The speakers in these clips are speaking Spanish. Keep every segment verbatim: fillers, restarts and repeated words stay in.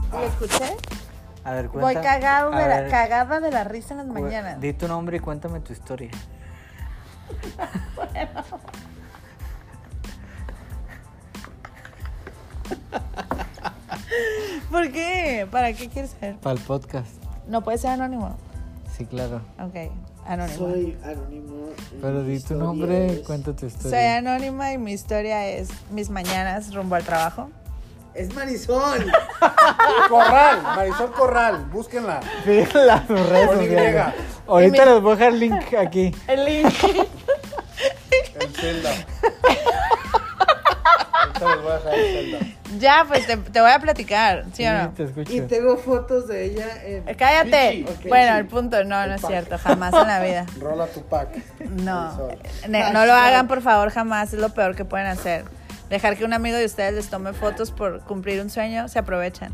¿Lo escuché? A ver, cuenta. Voy cagado de la, ver, cagada de la risa en las cu- mañanas. Di tu nombre y cuéntame tu historia. ¿Por qué? ¿Para qué quieres saber? Para el podcast. No puede ser anónimo. Sí, claro. Ok, anónimo. Soy anónimo. y Pero mi di tu historia nombre y es- cuenta tu Soy historia. anónima y mi historia es mis mañanas rumbo al trabajo. Es Marisol. Corral, Marisol Corral, búsquenla. Síguela en sus redes Con Y. sociales. Ahorita Y mi- les voy a dejar el link aquí. El link. En Zelda. Ahorita les voy a dejar en Zelda. Ya, pues te, te voy a platicar, ¿sí o no? te escucho. Y tengo fotos de ella en. Eh, Cállate. Pichi. Ok, Bueno, sí. el punto, no, no es Tupac. cierto, jamás en la vida. Rola tu pack. No, Marisol. Ne- no lo hagan por favor jamás, es lo peor que pueden hacer. Dejar que un amigo de ustedes les tome fotos por cumplir un sueño, se aprovechan.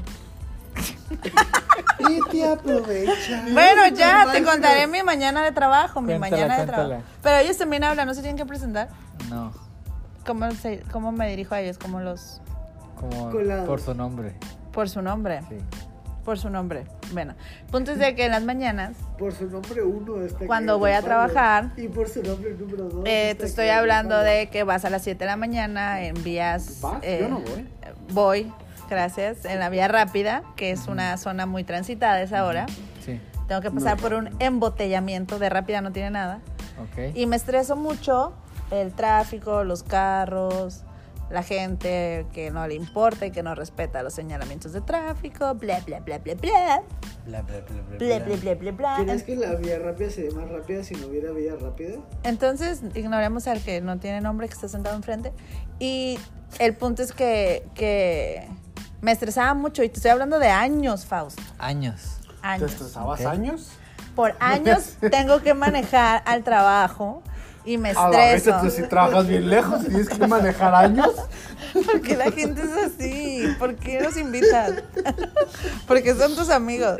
Y te aprovecha. Bueno, ya, te Normal, contaré pero- mi mañana de trabajo, mi Cuéntala, mañana de cuéntala. trabajo. Pero ellos también hablan, ¿no se tienen que presentar? No, ¿Cómo, se- cómo me dirijo a ellos? ¿Cómo los...? como Colado. por su nombre. Por su nombre, Sí. por su nombre. Bueno, punto es de que en las mañanas Por su nombre uno está Cuando aquí voy a Pablo. trabajar, Y por su nombre número dos. eh, está te estoy aquí hablando Pablo. de que vas a las siete de la mañana en vías... ¿Vas? eh, Yo no voy. Voy, gracias, en la vía rápida, que es una zona muy transitada a esa hora. Sí. Tengo que pasar por un embotellamiento, de rápida no tiene nada. Ok. Y me estreso mucho el tráfico, los carros, la gente que no le importa y que no respeta los señalamientos de tráfico, bla, bla, bla, bla, bla, Bla, bla, bla, bla, bla, bla, bla. bla, bla, bla. ¿Crees que la vía rápida sería más rápida si no hubiera vía rápida? Entonces, ignoremos al que no tiene nombre, que está sentado enfrente. Y el punto es que, que me estresaba mucho. Y te estoy hablando de años, Fausto. Años. ¿Te Años. estresabas Ok. años? Por años tengo que manejar al trabajo y me A la vez, estreso. tú si trabajas bien lejos y tienes que manejar años. ¿Por qué la gente es así? ¿Por qué los invitan? Porque son tus amigos.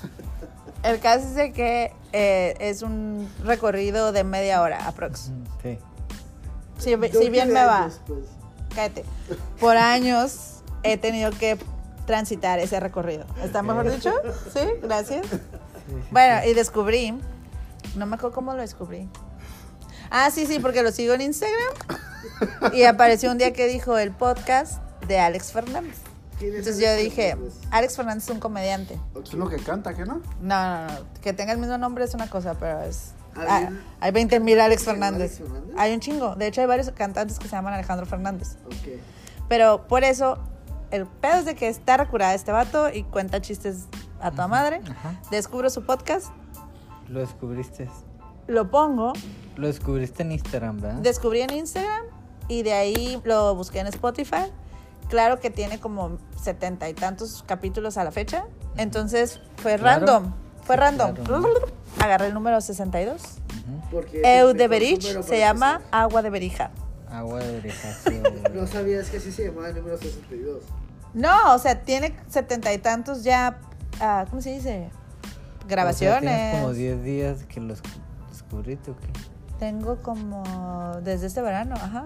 El caso es de que eh, es un recorrido de media hora, aprox. Sí. Si, si Doce bien me va, años, pues. cállate. Por años he tenido que transitar ese recorrido. ¿Está mejor dicho? Sí, gracias. Sí, sí, Bueno, y descubrí, no me acuerdo cómo lo descubrí. Ah, sí, sí, porque lo sigo en Instagram. Y apareció un día que dijo el podcast de Alex Fernández. ¿Quién es Entonces yo Alex dije, Fernández? Alex Fernández es un comediante. Es lo que canta, ¿qué no? No, no, no. Que tenga el mismo nombre es una cosa, pero es... ¿Hay ah, un- hay veinte mil Alex ¿Se llama Fernández. Alex Fernández? Hay un chingo. De hecho, hay varios cantantes que se llaman Alejandro Fernández. Ok. Pero por eso, el pedo es de que está recurada este vato y cuenta chistes a toda madre. Ajá. Descubro su podcast, Lo descubriste. lo pongo, Lo descubriste en Instagram, ¿verdad? descubrí en Instagram y de ahí lo busqué en Spotify. Claro que tiene como setenta y tantos capítulos a la fecha. Entonces fue Claro. random. Fue Sí, random. claro. Agarré el número sesenta y dos. Ujú. Porque es el Eu de mejor Berich número se para llama empezar. Agua de Berija. Agua de oreja, sí. No sabías que así se llamaba el número sesenta y dos. No, o sea, tiene setenta y tantos ya, ah, ¿cómo se dice? Grabaciones. O sea, tienes como diez días que los descubriste, ¿o qué? Tengo como desde este verano, ajá.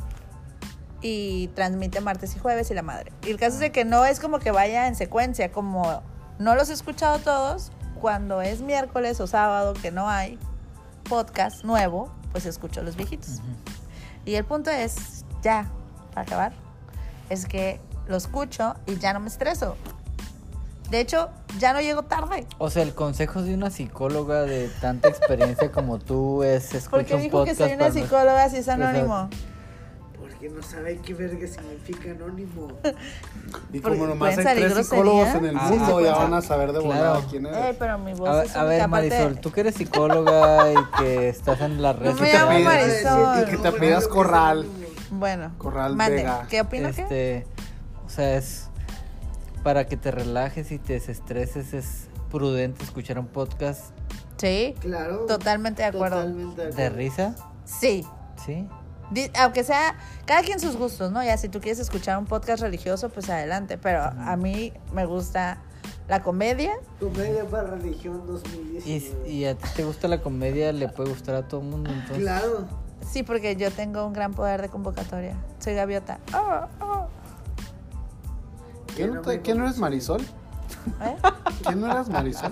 Y transmite martes y jueves y la madre. Y el caso es de que no es como que vaya en secuencia, como no los he escuchado todos, cuando es miércoles o sábado que no hay podcast nuevo, pues escucho los viejitos. Y el punto es, ya, para acabar, es que lo escucho y ya no me estreso. De hecho, ya no llego tarde. O sea, el consejo de una psicóloga de tanta experiencia como tú es escucha Porque un dijo que podcast soy una para no- psicóloga si es Exacto. anónimo. Porque no sabe qué verga significa anónimo. Y Porque como nomás hay pueden salir tres psicólogos groserías. en el Ah, mundo, sí, ya pues, van a saber de claro. volada quién Ey, eres. pero mi voz A, es a única, ver, aparte- Marisol, tú que eres psicóloga y que estás en las redes No me Y que llamo pides- Marisol. Y que te pidas corral. Bueno, Corral mande. Vega. ¿Qué opino qué? este, o sea, es para que te relajes y te desestreses, es prudente escuchar un podcast Sí, Claro. totalmente de acuerdo. Totalmente de de acuerdo. risa, Sí. ¿sí? Di- Aunque sea, cada quien sus gustos, ¿no? Ya si tú quieres escuchar un podcast religioso, pues adelante. Pero a mí me gusta la comedia. Comedia para religión dos mil Y, diecinueve. y a ti te gusta la comedia, le puede gustar a todo el mundo, entonces. Claro. Sí, porque yo tengo un gran poder de convocatoria. Soy gaviota. Oh, oh. ¿Quién no, te- quién no eres Marisol? ¿Eh? ¿Quién no eras Marisol?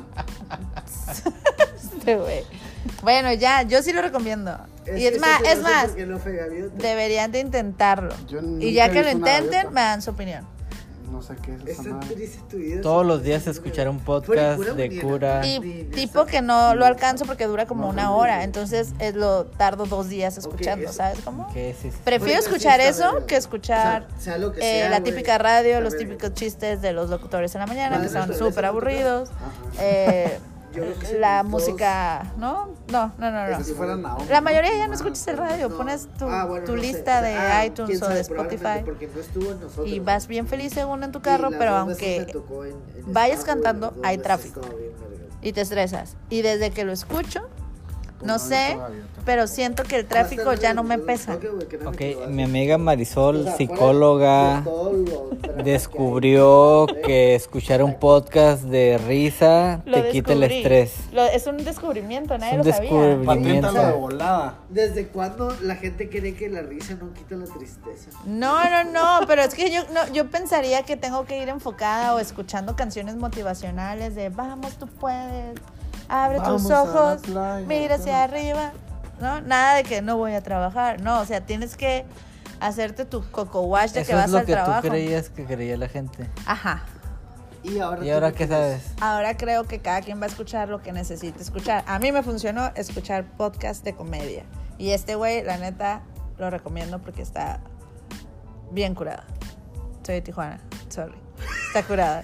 Este güey. Bueno, ya, yo sí lo recomiendo. Es Y es que más, eso se es me hace más, porque no fue gaviota. deberían de intentarlo. Yo nunca Y ya he que lo visto una intenten, gaviota. me dan su opinión. No sé qué es esa Está madre. triste tu vida. Todos los días escuchar un podcast de cura. Y tipo que no lo alcanzo porque dura como una hora. Entonces es lo tardo dos días escuchando, eso- ¿sabes cómo? Que sí, sí. Prefiero Bueno, sí escuchar está eso verga. que escuchar O sea, sea lo que eh, sea, la güey, típica radio, está los verga. típicos chistes de los locutores en la mañana, que Madre, son pero súper eso- aburridos. Ajá. Eh, Yo creo que sí, la todos- música, ¿no? No, no, no, no. Es si fuera Naomi, La ¿no? mayoría ya no escuchas el radio, No. pones tu, Ah, bueno, tu no sé. lista de Ah, iTunes quién o de sabe, probablemente Spotify porque no estuvo en nosotros. y vas bien feliz según en tu Y carro, las pero dos veces me aunque tocó en- en vayas Estado, cantando, las dos hay veces tráfico. estaba bien verga. y te estresas. Y desde que lo escucho, Pues no no he sé, visto gaviota. pero siento que el tráfico ya no me pesa. Ok, mi amiga Marisol, O sea, fuera psicóloga, de todo lo drama que hay, descubrió ¿eh? que escuchar un podcast de risa Lo te quita el descubrí. estrés. Lo- es un descubrimiento, nadie un lo sabía. descubrimiento. Paténtalo de volada. ¿Desde cuándo la gente cree que la risa no quita la tristeza? No, no, no, pero es que yo, no, yo pensaría que tengo que ir enfocada o escuchando canciones motivacionales de vamos, tú puedes, abre Vamos tus a la ojos, playa, mira hacia vamos. arriba, ¿no? Nada de que no voy a trabajar, no, o sea, tienes que hacerte tu coco wash de que Eso vas es lo al que trabajo. tú creías que creía la gente. Ajá. ¿Y ahora, ¿Y tú ahora qué qué crees? sabes? Ahora creo que cada quien va a escuchar lo que necesite escuchar. A mí me funcionó escuchar podcast de comedia. Y este güey, la neta, lo recomiendo porque está bien curada. Soy de Tijuana, sorry. Está curada.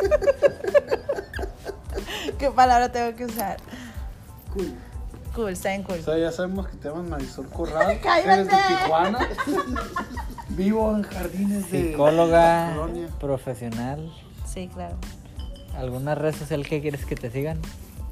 ¿Qué palabra tengo que usar? Cool. Cool, está bien cool. O sea, ya sabemos que te llamas Marisol Corral. ¡Cállate! Eres de Tijuana. Vivo en jardines de Psicóloga, colonia. profesional. Sí, claro. ¿Alguna red social que quieres que te sigan?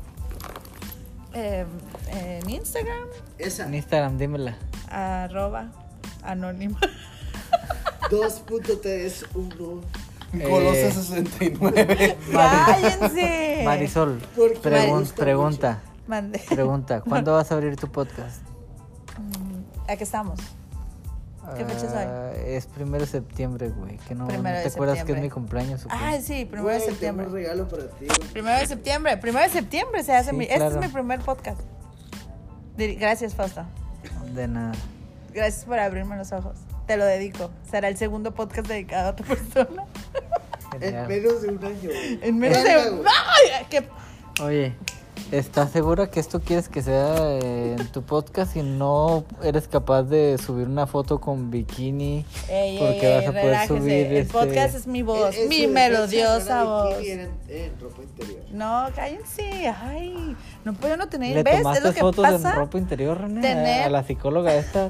Eh, en Instagram, Esa. En Instagram, dímela. arroba anónima. dos punto tres uno. Colosio Eh, sesenta y nueve. ¡Cállense! Marisol, Porque me pregun- gusta pregunta, Mande. pregunta. ¿Cuándo vas a abrir tu podcast? Aquí estamos. ¿Qué fecha es hoy? Ah, es primero de septiembre, güey. Que no, ¿no Primero te de acuerdas que es septiembre. mi cumpleaños o qué? Ay, sí, primero de Güey, septiembre. tengo un regalo para ti. güey. Primero de septiembre, primero de septiembre se hace Sí, mi... Este claro. es mi primer podcast. Dir- Gracias, Fausto. De nada. Gracias por abrirme los ojos. Te lo dedico. Será el segundo podcast dedicado a tu persona. En Genial. menos de un año. güey. En menos Verga, de... güey. ¡Ay! ¿Qué? Oye, ¿estás segura que esto quieres que sea eh, en tu podcast y no eres capaz de subir una foto con bikini? Ey, Porque ey, vas a ey, poder relájese. subir El este- podcast es mi voz, En- en mi su melodiosa defensa, voz. Ana Bikini era En, en ropa interior. No, cállense. Ay, no puedo no tener... ¿Le ¿Ves? Es tomaste lo que fotos pasa. en ropa interior, René? Tener- A, a la psicóloga esta.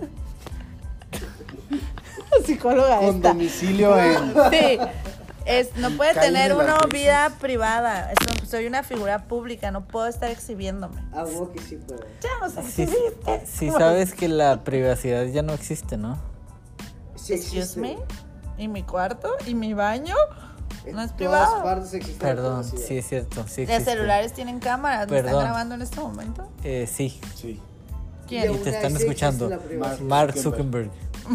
Psicóloga Con esta. domicilio en. Sí. Es, no puede Calle tener de las uno Risas. vida privada. Es- soy una figura pública, no puedo estar exhibiéndome. Ah, güey, que sí, pero. Ya nos Sí, exhibiste. sí sabes que la privacidad ya no existe, ¿no? Sí Excuse existe, me. güey. ¿Y mi cuarto? ¿Y mi baño? En No es todas privado. partes existe la Perdón, privacidad. sí es cierto, sí Los existe. celulares tienen cámaras. ¿Me están Perdón. grabando en este momento? Eh, sí, Sí. ¿Quién? Y y aún te están así escuchando. existe la privacidad. Mark Zuckerberg.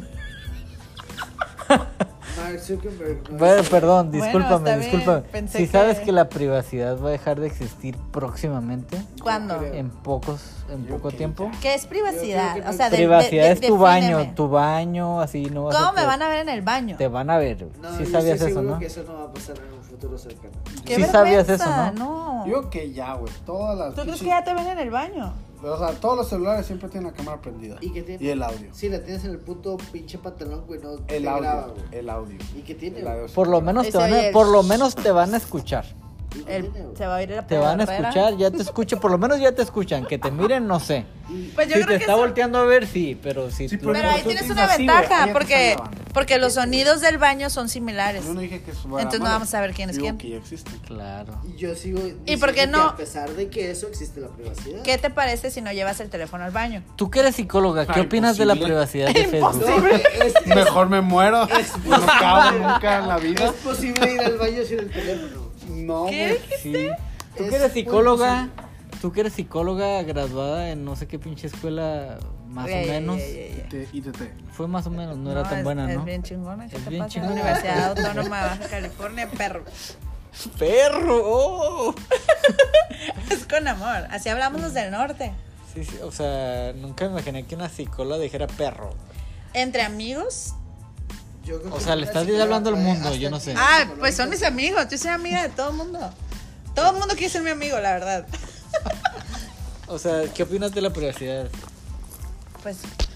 Mark Zuckerberg. no Bueno, es- perdón, Bueno, discúlpame, está bien, discúlpame. pensé Si que- sabes que la privacidad va a dejar de existir próximamente, ¿Cuándo? creo. en pocos, en Yo poco que tiempo. ¿Qué es Yo privacidad? creo que O sea, de- Privacidad de- es de- tu baño, defíneme. tu baño, así no vas a ¿Cómo me poder- van a ver en el baño? Te van a ver. No, sí yo sabías estoy eso, seguro ¿no? que eso no va a pasar en un futuro cercano. ¡Qué sí sabías vergüenza! eso, No. Yo que ya, güey. Todas las. ¿Tú crees pinches- que ya te ven en el baño? O sea, todos los celulares siempre tienen la cámara prendida. ¿Y qué tiene? Y el audio. Si la tienes en el puto pinche pantalón, güey, no te El graba, audio. güey. El audio. ¿Y qué tiene? El güey? audio Por lo sí. menos Ese te van oye a, el- por lo menos te van a escuchar. ¿Y qué El- tiene, güey? se va a oír la Te van a pedorrera. escuchar, ya te escuchan, por lo menos ya te escuchan. Que te miren, no sé. Pues yo si creo te que está eso- volteando a ver, sí, pero si Sí, tú- Pero ahí Tú tienes dices una así, güey, ventaja, ahí ya te porque, están grabando. porque los sonidos del baño son similares. Yo no dije que eso Entonces no vamos a ver quién es Digo quién. que ya existe. Claro. Y yo sigo ¿Y por qué diciendo no? que a pesar de que eso existe la privacidad. ¿Qué te parece si no llevas el teléfono al baño? Tú que eres psicóloga, ¿qué Ay, opinas de la imposible. privacidad de Facebook? No, güey, es, es- Mejor me muero. No cago nunca en la vida. es posible ir al baño sin el teléfono. No, ¿Qué? güey. Sí. Tú Es que eres muy psicóloga, tú que eres psicóloga graduada en no sé qué pinche escuela, más Ey, o ey, menos. ey, ey, ey. Te- Y te te. Fue más o menos, no, era tan es- buena, es ¿no? bien chingona. ¿Qué Es te bien pasa? chingona. Universidad Autónoma de Baja California, perro. Perro. Oh. Es con amor. Así hablamos los del norte. Sí, sí, o sea, nunca me imaginé que una psicóloga dijera perro. Entre amigos. Yo creo O que sea, le una estás psicóloga hablando al puede mundo, hasta yo no sé. tirar Ah, psicológicas. pues son mis amigos. Yo soy amiga de todo el mundo. Todo el mundo quiere ser mi amigo, la verdad. O sea, ¿qué opinas de la privacidad? Pues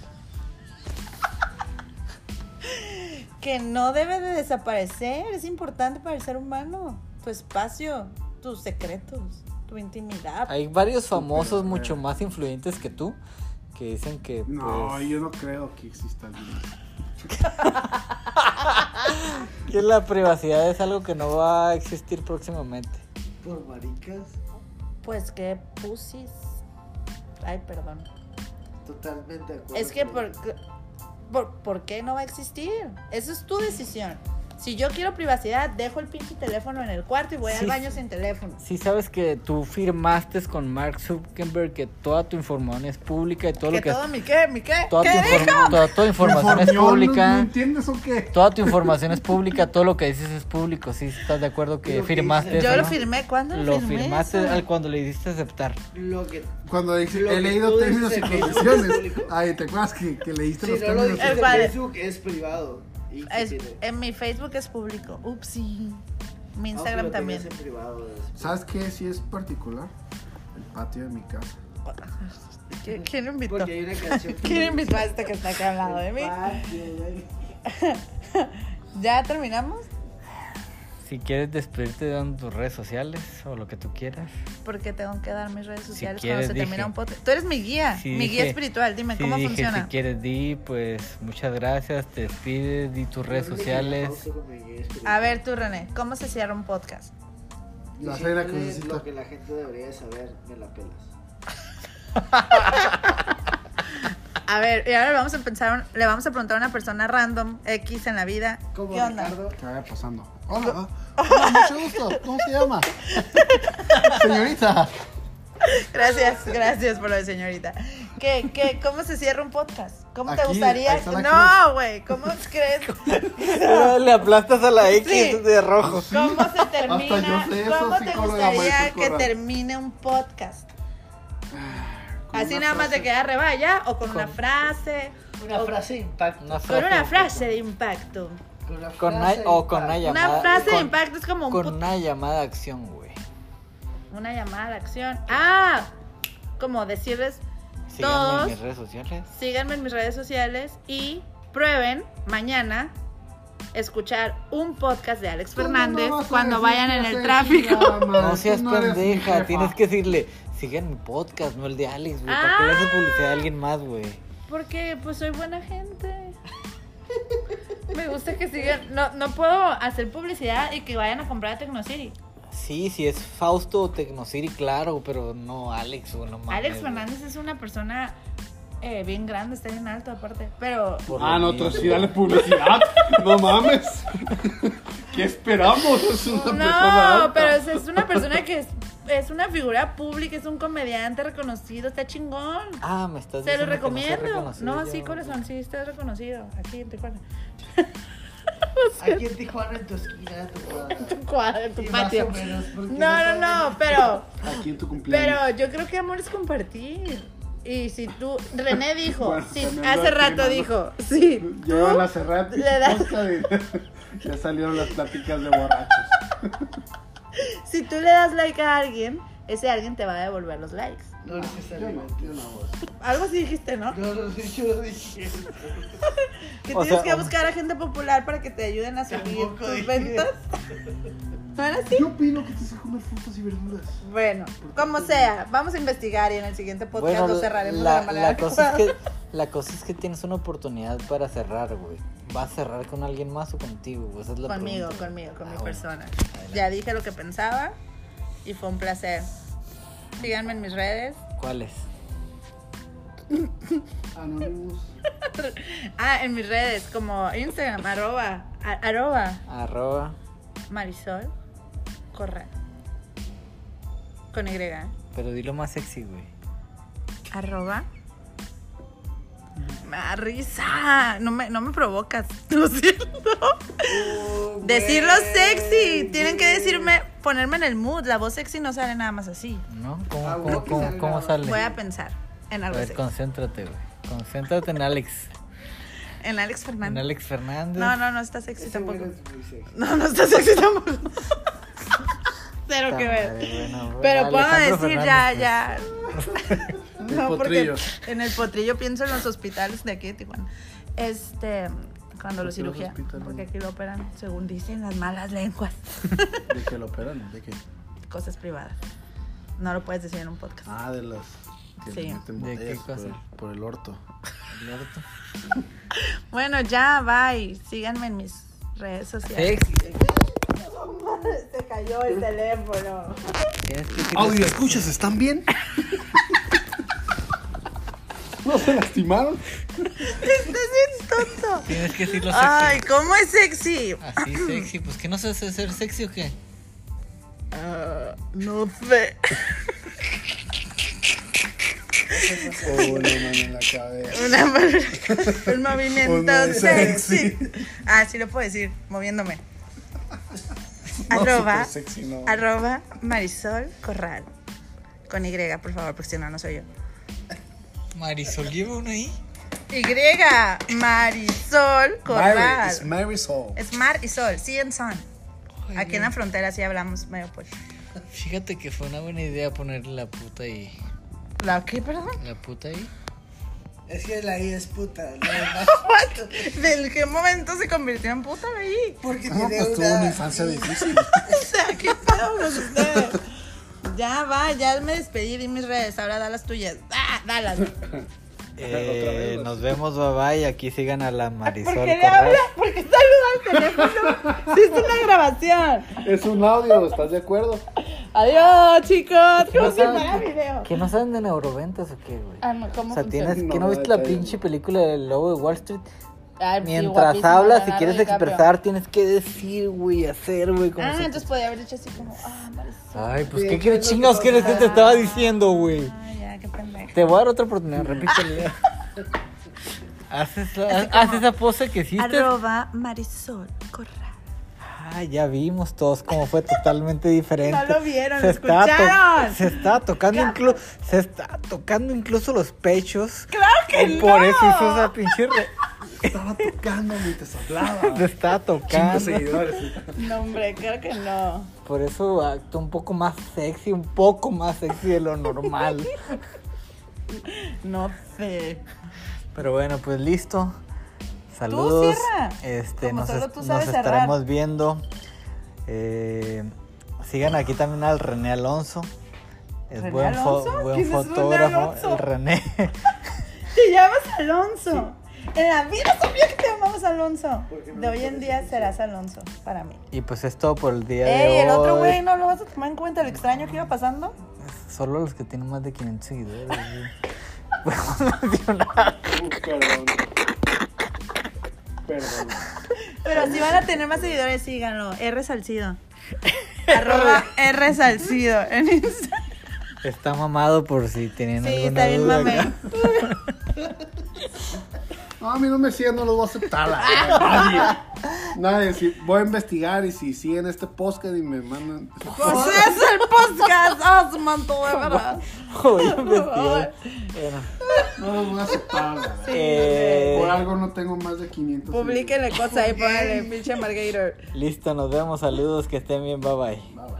que no debe de desaparecer. Es importante para el ser humano. Tu espacio, tus secretos, tu intimidad. Hay varios famosos Súper, mucho eh. más influyentes que tú que dicen que No, pues, yo no creo que exista alguien. que la privacidad es algo que no va a existir próximamente. Por maricas, Pues que pusis. Ay, perdón. totalmente de acuerdo. Es que con por, por, ¿por qué no va a existir? Eso es tu decisión. Si yo quiero privacidad, dejo el pinche teléfono en el cuarto y voy Sí, al baño sí. sin teléfono. Sí sabes que tú firmaste con Mark Zuckerberg que toda tu información es pública y todo ¿Que lo que todo mi qué? ¿Mi qué? toda, tu ¿Qué inform- dijo? toda tu información es Informión, ¿no- pública. ¿No entiendes o qué? Toda tu información es pública, todo lo que dices es público. ¿Sí estás de acuerdo que Lo que firmaste dice- eso? Yo lo no? firmé. ¿Cuándo lo, Lo firmé firmaste eso? al cuando le diste aceptar. Lo que. Cuando dice, Lo he que leído tú términos y dices en Facebook condiciones. es público. Ay, ¿te acuerdas que, que leíste Si los no lo términos? dices El en cual- Facebook, es privado. Y sí Es- tiene- en mi Facebook es público. Upsi. Mi Instagram Aunque lo también. tengas en privado, es- ¿Sabes qué? Sí es particular. El patio de mi casa. ¿Qui- ¿Quién invitó? Porque hay una canción. que ¿Quién me invitó a gusta. este que está aquí al lado de mí? Patio, güey. ¿Ya terminamos? Si quieres despedirte dando tus redes sociales o lo que tú quieras. Porque tengo que dar mis redes sociales quieres, cuando se dije. termina un podcast. Tú eres mi guía, Sí, mi guía dije- espiritual. Dime, Sí, ¿cómo dije, funciona? si quieres di, pues muchas gracias, te despides, di tus redes Yo le sociales. dije, "Pausa con mi guía espiritual". A ver tú, René, ¿cómo se cierra un podcast? La cena Diciéndole crucecita. Lo que la gente debería de saber, me la pelas. A ver, y ahora le vamos a pensar, le vamos a preguntar a una persona random X en la vida. Como ¿Qué onda? Ricardo. ¿Qué vaya pasando? Hola, hola, mucho gusto. ¿Cómo se llama? Señorita. Gracias, gracias por lo de señorita. ¿Qué, qué, ¿Cómo se cierra un podcast? ¿Cómo te Aquí, gustaría? ahí está la No, güey, ¿cómo crees? Le aplastas a la X Sí. de rojo. ¿Cómo se termina? Hasta yo sé eso, ¿Cómo te psicóloga, gustaría maestra que Cora. termine un podcast? Con Así una nada más frase. te queda revaya o con, Con- una frase. Una o- frase de impacto. Una Con frase una de frase de impacto. Con una Con una, frase de o con una impacto. llamada. Una frase de con- impacto es como un Con put- una llamada a acción, güey. una llamada a la acción. Ah, como decirles Síganme Todos. en mis redes sociales. síganme en mis redes sociales y prueben mañana escuchar un podcast de Alex Tú no Fernández vas a cuando decir vayan que en yo el sé tráfico. quién llama, No tú seas no eres mi pendeja, jefa. tienes que decirle, sigan mi podcast, no el de Alex, güey. ¿Para qué le haces Ah. publicidad a alguien más, güey? Porque pues soy buena gente. Me gusta que sigan. No, no puedo hacer publicidad y que vayan a comprar a Tecnocity. Sí, sí es Fausto o Tecnocity, claro, pero no Alex, güey, no mames. Alex güey. Fernández es una persona eh, bien grande, está bien alto aparte. Pero Por Ah, lo nosotros mismo. sí dale publicidad. No mames. ¿Qué esperamos? Es una persona no, alta. pero es, es una persona que es, es una figura pública, es un comediante reconocido, está chingón. Ah, me estás Se lo diciendo que no soy recomiendo. reconocido No, yo, sí, güey. corazón, sí, estás reconocido. Aquí en Tijuana. Aquí en Tijuana, en tu esquina, tu cuadra. En tu cuadra, en tu Y más patio. o menos, porque No, no, saben- no, pero. Aquí en tu cumpleaños. Pero yo creo que amor es compartir. Y si tú, René dijo, Bueno, si también hace lo rato quemando. dijo, sí, Llevan tú la cerrada le das- Ya salieron las pláticas de borrachos. si tú le das like a alguien, ese alguien te va a devolver los likes. No Yo no, necesariamente. yo no hago eso. Algo así dijiste, ¿no? No, no, sí, yo lo dije. Que O tienes sea, que buscar a gente popular para que te ayuden a subir Tampoco tus dije. ventas. ¿No era así? Yo opino que te se comer frutas y verduras. Bueno, como sea, vamos a investigar y en el siguiente podcast Bueno, lo cerraremos la, de la manera la cosa es adecuada. que la cosa es que tienes una oportunidad para cerrar, güey. ¿Vas a cerrar con alguien más o contigo? Güey? Esa es la Conmigo, pregunta. conmigo, con Ah, mi bueno. persona. Adelante. Ya dije lo que pensaba y fue un placer. Síganme en mis redes. ¿Cuáles? Anonymous. Ah, en mis redes, como Instagram, arroba, a- arroba, Arroba. Marisol Correa. Con Y, ¿eh? Pero dilo más sexy, güey. Arroba Me da risa. No me, no me provocas. Lo siento. Oh, Decirlo güey. sexy. Tienen que decirme, ponerme en el mood. La voz sexy no sale nada más así. ¿No? ¿Cómo, Ah, cómo, bueno, cómo, que cómo salga. sale? Voy a pensar en A algo ver, sexy. concéntrate, güey. Concéntrate en Alex. En Alex En Fernández. Alex Fernández. No, no, no está sexy Ese güey tampoco. es muy sexy. No, no está sexy tampoco. Cero Puta que ver. madre, bueno, bueno, Pero puedo Alejandro decir ya, Fernández, ya. El No, porque potrillo. en el potrillo pienso en los hospitales de aquí de Tijuana. Este, cuando lo ¿Por qué los cirugía. hospitales? Porque aquí lo operan, según dicen las malas lenguas. ¿De qué lo operan? ¿De qué? Cosas privadas. No lo puedes decir en un podcast. Ah, de las que Sí. le meten ¿De botellas qué cosa? por el, por el orto. el orto. Bueno, ya, bye. Síganme en mis redes sociales. Sexy. Se cayó el teléfono. Tienes que decirlo Audio, sexy. ¿escuchas? ¿Están bien? ¿No se lastimaron? Estás bien tonto. Tienes que decirlo sexy. Ay, ¿cómo es sexy? Así sexy. Pues que no sabes hacer sexy o qué. Ah, no sé. Oh, una mano en la cabeza. Una palabra- un movimiento Una sexy. sexy. Ah, sí lo puedo decir, moviéndome. No, Arroba, súper sexy, no. arroba Marisol Corral. Con Y, por favor, porque si no, no soy yo. Marisol, lleva uno ahí. Y, Marisol Corral. Mary, es Marisol. Es mar y sol, sea and sun. Ay, Aquí en no. la frontera sí hablamos medio pues. Fíjate que fue una buena idea ponerle la puta ahí. ¿La qué, perdón? La puta ahí. Es que la I es puta. ¿No? ¿De qué momento se convirtió en puta ahí? Porque No, tiene pues tuvo una... una infancia difícil. O sea, ¿qué pedo con ustedes? Ya va, ya me despedí de mis redes, ahora da las tuyas. ¡Ah, dalas! Eh, vez. nos vemos, bye bye. Aquí sigan a la Marisol ¿Por qué le Corral. habla? ¿Por qué saluda al teléfono? Sí, es una grabación. Es un audio, ¿estás de acuerdo? Adiós, chicos. ¿Qué ¿Cómo no se saben para que- video? ¿Que no saben de neuroventas o qué, güey? Ah, no, ¿cómo O sea, funciona? tienes, No, ¿que no no, viste la detalle. pinche película del lobo de Wall Street? Ay, sí, Mientras guapísimo, hablas, si Leonardo quieres DiCaprio. expresar, tienes que decir, güey, hacer, güey. como Ah, si- entonces podía haber dicho así como, ah, Marisol. Ay, pues, Sí, ¿qué ¿qué quieres es lo que chingados quieres que te pasa? estaba diciendo, güey? Ah, ya, qué pendejo. Te voy a dar otra oportunidad, repítele. Haz esa, Así haz como, esa pose que hiciste. Arroba Marisol Corral. Ah, ya vimos todos cómo fue totalmente diferente. No lo vieron, se lo está to- escucharon. se está tocando incluso, se está tocando incluso los pechos. ¡Claro que Y por no! eso hizo esa pinche re- Estaba tocando mientras hablaba. se está Cinco tocando. seguidores. No, hombre, creo que no. Por eso actuó un poco más sexy, un poco más sexy de lo normal. No sé. Pero bueno, pues listo. Saludos. cierra. Este, Como nos, solo es- tú nos sabes cerrar. estaremos viendo. Eh, sigan aquí también al René Alonso. Es ¿René buen, fo- Alonso? buen ¿Quién es René fotógrafo. Alonso? El René. Te llamas Alonso. En la vida sabía que te llamabas Alonso. De hoy en día serás Alonso para mí. Y pues es todo por el día de Ey, hoy. el otro güey, ¿no lo vas a tomar en cuenta? ¿El extraño que iba pasando? Solo los que tienen más de quinientos seguidores. güey. Podemos mencionar. Uh, perdón. Perdón. Pero si van a tener más seguidores, síganlo. R Salcido. Arroba R Salcido en Instagram. Está mamado por si tenían Sí, alguna está bien duda. mame. acá. No, a mí no me siguen, no los voy a aceptar. la verdad, Nadie. Nadie. Si voy a investigar y si siguen este podcast y me mandan. Pues es el podcast. Ah, su manto, de verdad. Voy a investigar. Bueno, No los voy a aceptar. la verdad. eh, Por algo no tengo más de quinientos. Publíquenle cosas ahí, pónganle pinche Margator. listo, nos vemos. Saludos, que estén bien. Bye bye. Bye, bye.